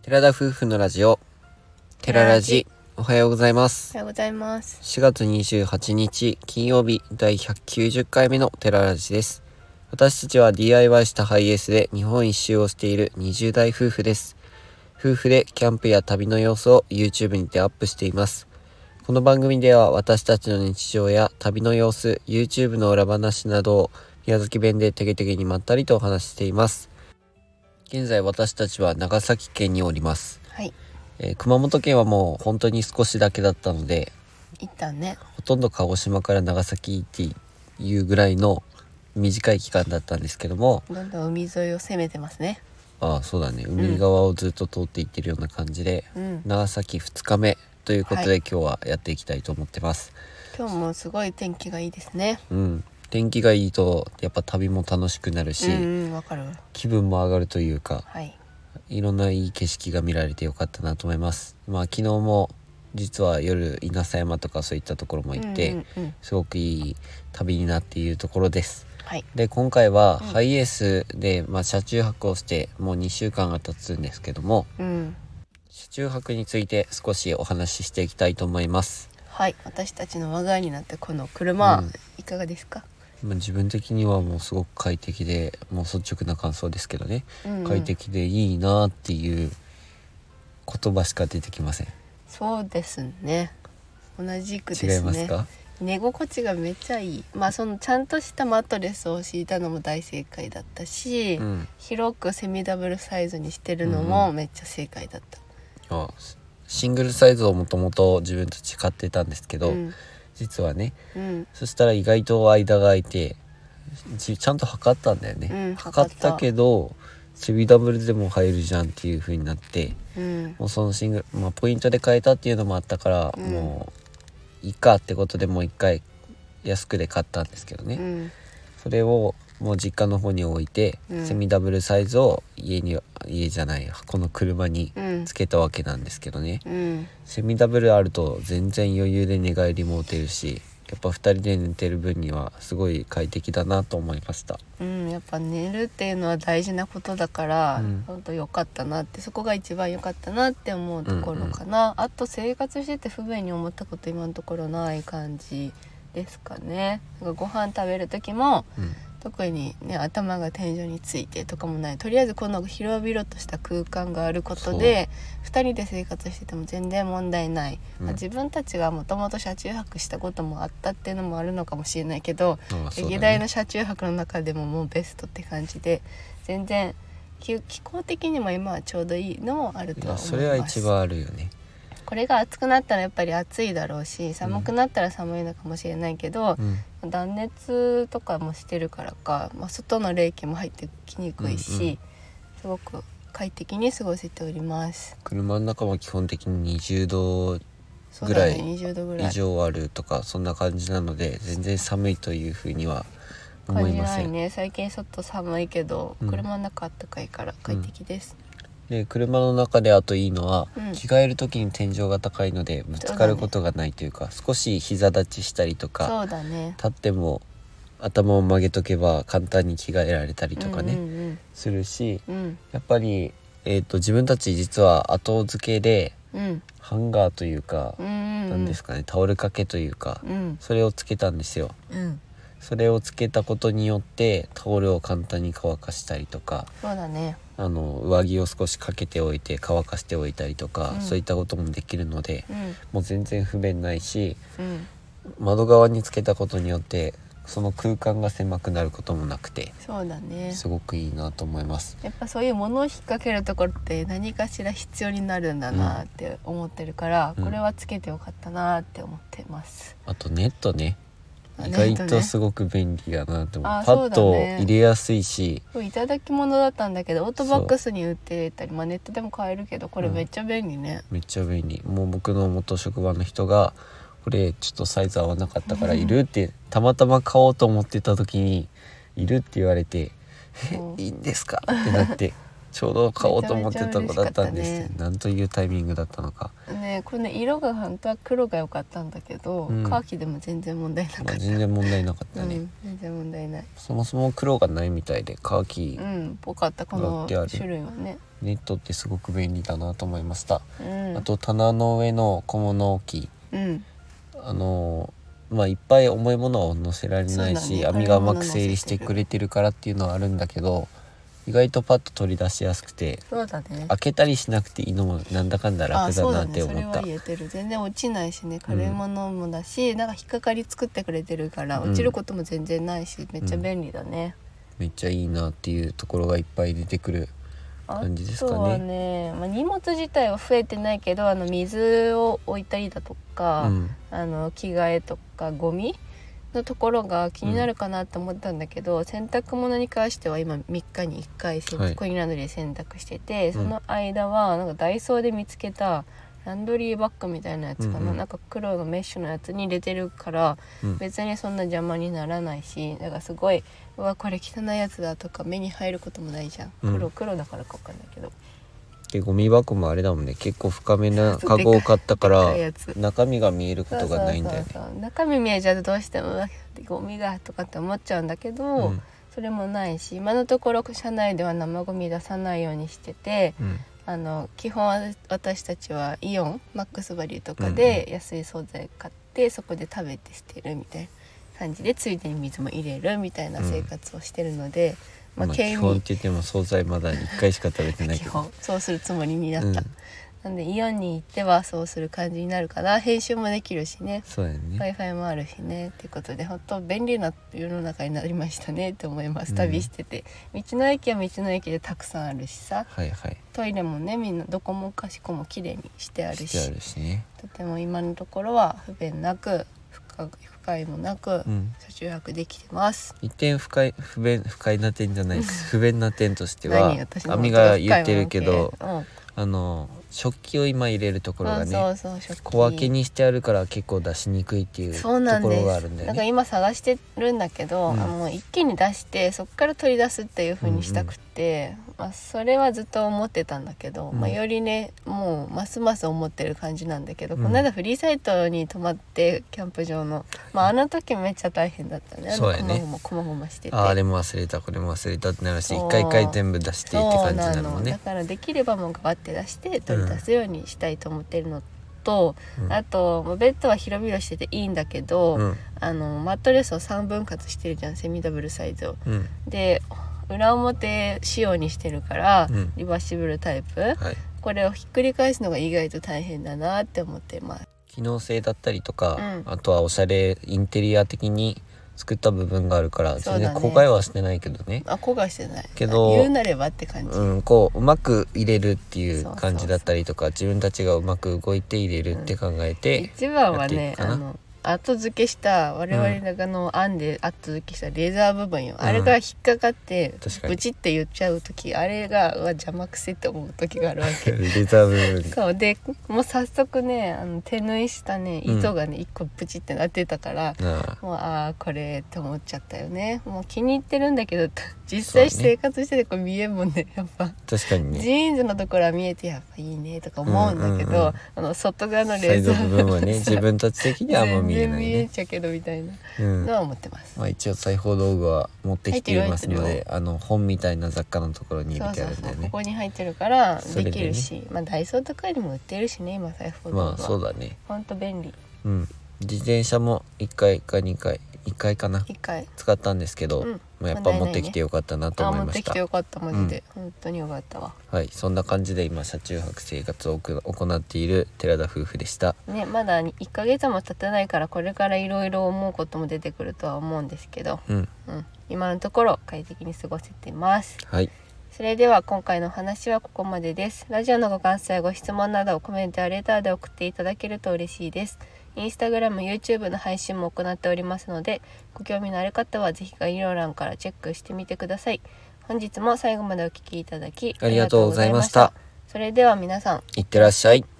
寺田夫婦のラジオテララジ。おはようございます。 おはようございます。 4月28日金曜日第190回目のテララジです。私たちは DIY したハイエースで日本一周をしている20代夫婦です。夫婦でキャンプや旅の様子を YouTube にてアップしています。この番組では私たちの日常や旅の様子、YouTube の裏話などを宮崎弁でてげてげにまったりとお話ししています。現在私たちは長崎県におります。 はい。 熊本県はもう本当に少しだけだったので、 行ったね。 ほとんど鹿児島から長崎っていうぐらいの短い期間だったんですけども、 どんどん海沿いを攻めてますね。 そうだね、海側をずっと通っていってるような感じで、長崎2日目ということで、今日はやっていきたいと思ってます。 今日もすごい天気がいいですね。 天気がいいとやっぱ旅も楽しくなるし、 わかる。 気分も上がるというか、 はい。 いろんないい景色が見られてよかったなと思います。昨日も実は夜稲佐山とかそういったところも行って、すごくいい旅になっているところです。 はい。 で今回はハイエースで、車中泊をしてもう2週間が経つんですけども、車中泊について少しお話ししていきたいと思います。 はい。私たちの我が家になってこの車、いかがですか？ 自分的にはもうすごく快適で、もう率直な感想ですけどね、快適でいいなっていう言葉しか出てきません。 そうですね。同じくですね。 違いますか？ 寝心地がめっちゃいい。そのちゃんとしたマットレスを敷いたのも大正解だったし、広くセミダブルサイズにしてるのもめっちゃ正解だった。 シングルサイズをもともと自分たち買ってたんですけど、実はね、そしたら意外と間が空いてちゃんと測ったんだよね、測ったけどセミダブルでも入るじゃんっていう風になって、もうそのシングル、ポイントで買えたっていうのもあったから、もういいかってことでもう一回安くで買ったんですけどね、それをもう実家の方に置いて、セミダブルサイズを家じゃないこの車につけたわけなんですけどね、セミダブルあると全然余裕で寝返りも打てるし、やっぱ2人で寝てる分にはすごい快適だなと思いました。 やっぱ寝るっていうのは大事なことだから、本当良かったなって、そこが一番良かったなって思うところかな。あと生活してて不便に思ったこと今のところない感じですかね。ご飯食べる時も、特にね頭が天井についてとかもない。とりあえずこの広々とした空間があることで2人で生活してても全然問題ない、自分たちがもともと車中泊したこともあったっていうのもあるのかもしれないけど、歴代の車中泊の中でももうベストって感じで、全然気候的にも今はちょうどいいのもあるとは思います。 それは一番あるよね。 これが暑くなったらやっぱり暑いだろうし、寒くなったら寒いのかもしれないけど、断熱とかもしてるからか、外の冷気も入ってきにくいし、すごく快適に過ごせております。 車の中も基本的に20度ぐらい以上あるとかそんな感じなので、全然寒いというふうには思いません。 感じないね。最近外寒いけど、車の中あったかいから快適です。 で車の中であといいのは、着替える時に天井が高いのでぶつかることがないというか、少し膝立ちしたりとか、 そうだね、 立っても頭を曲げとけば簡単に着替えられたりとかね、するし、やっぱり、自分たち実は後付けで、ハンガーというか、なんですかね、タオル掛けというか、それをつけたんですよ。それをつけたことによってタオルを簡単に乾かしたりとか、 そうだね、 上着を少しかけておいて乾かしておいたりとか、そういったこともできるので、もう全然不便ないし、窓側につけたことによってその空間が狭くなることもなくて、 そうだね、 すごくいいなと思います。 やっぱそういう物を引っ掛けるところって何かしら必要になるんだなって思ってるから、これはつけてよかったなって思ってます。 あとネットね、意外とすごく便利だなと思う。パッと入れやすいし、 いただき物だったんだけどオートバックスに売ってたり、ネットでも買えるけど、これめっちゃ便利ね、 めっちゃ便利。もう僕の元職場の人がこれちょっとサイズ合わなかったからいるってたまたま買おうと思ってた時にいるって言われていいんですかってなってちょうど買おうと思ってた子だったんですね。なんというタイミングだったのかね。これね、色が本当は黒が良かったんだけど、カーキでも全然問題なかった。 全然問題なかったね、 全然問題ない。 そもそも黒がないみたいでカーキぽかったこの種類はね。 ネットってすごく便利だなと思いました。あと棚の上の小物置き、いっぱい重いものを載せられないし、網がうまく整理してくれてるからっていうのはあるんだけど、意外とパッと取り出しやすくて、 そうだね、 開けたりしなくていいのもなんだかんだ楽だなって思った。 それは言えてる。全然落ちないしね、軽いものもだし、なんか引っかかり作ってくれてるから落ちることも全然ないし、めっちゃ便利だね、 めっちゃいいなっていうところがいっぱい出てくる感じですかね。 あとはね、荷物自体は増えてないけど、水を置いたりだとか、着替えとかゴミのところが気になるかなと思ったんだけど、洗濯物に関しては今3日に1回コインランドリーで洗濯してて、その間はなんかダイソーで見つけたランドリーバッグみたいなやつかな、なんか黒のメッシュのやつに入れてるから、別にそんな邪魔にならないし、だからすごい、うわこれ汚いやつだとか目に入ることもないじゃん。黒だからか分かんないけど。 でゴミ箱もあれだもんね、結構深めなカゴを買ったから中身が見えることがないんだよね。 中身見えちゃうとどうしてもゴミだとかって思っちゃうんだけど、それもないし、今のところ社内では生ゴミ出さないようにしてて、基本私たちはイオンマックスバリューとかで安い惣菜買ってそこで食べて捨てるみたいな感じで、ついでに水も入れるみたいな生活をしてるので、 基本って言っても惣菜まだ1回しか食べてないけど基本そうするつもりになった、なんでイオンに行ってはそうする感じになるかな。編集もできるしね、 そうだよね、 Wi-Fi もあるしねっていうことで、本当便利な世の中になりましたねって思います。旅してて道の駅は道の駅でたくさんあるしさ、トイレもね、みんなどこもかしこも綺麗にしてあるし、 ね、 とても今のところは不便なく不快もなく車中泊できてます。 一点不快な点じゃないです不便な点としてはアミが言ってるけど、食器を今入れるところがね、小分けにしてあるから結構出しにくいっていうところがあるんだよね。 なんか今探してるんだけど、もう一気に出してそこから取り出すっていう風にしたくて、それはずっと思ってたんだけど、よりねもうますます思ってる感じなんだけど、この間フリーサイトに泊まってキャンプ場の、あの時めっちゃ大変だったね。 そうやね、 こまごましてて、 あれも忘れたこれも忘れたってなるし、一回一回全部出してって感じなのもね。 だからできればもうガバって出して取り出すようにしたいと思ってるのと、あとベッドは広々してていいんだけど、マットレスを3分割してるじゃん、セミダブルサイズを、で裏表仕様にしてるから、リバーシブルタイプ、これをひっくり返すのが意外と大変だなって思ってます。 機能性だったりとか、あとはおしゃれインテリア的に作った部分があるから全然後悔はしてないけどね。 後悔してないけど、 言うなればって感じ、 うまく入れるっていう感じだったりとか、自分たちがうまく動いて入れるって考えて、 一番はね後付けした我々の案で後付けしたレーザー部分よ、あれが引っかかってブチって言っちゃう時、あれが邪魔くせって思う時があるわけレーザー部分そうで、もう早速ね手縫いしたね糸がね1個ブチってなってたから、もうこれって思っちゃったよね。もう気に入ってるんだけど実際生活しててこれ見えんもんね、やっぱ確かにね、 ジーンズのところは見えてやっぱいいねとか思うんだけど、外側のレーザー部分はね自分たち的にはもう見えないね、 見えちゃうけどみたいなのは思ってます、 一応裁縫道具は持ってきていますので、本みたいな雑貨のところに入れてあるんだよね。 ここに入ってるからできるし、ダイソーとかにも売ってるしね今裁縫道具は。 そうだね、 ほんと便利。 自転車も1回か2回1回かな使ったんですけど、やっぱ持ってきてよかったなと思いました。 持ってきてよかったマジで、本当によかったわ。 そんな感じで今車中泊生活を行っている寺田夫婦でしたね。まだ1ヶ月も経たないからこれからいろいろ思うことも出てくるとは思うんですけど、今のところ快適に過ごせてます。それでは今回のお話はここまでです。ラジオのご感想やご質問などをコメントやレターで送っていただけると嬉しいです。インスタグラム、YouTube の配信も行っておりますので、ご興味のある方はぜひ概要欄からチェックしてみてください。本日も最後までお聞きいただきありがとうございました。 それでは皆さん、 いってらっしゃい。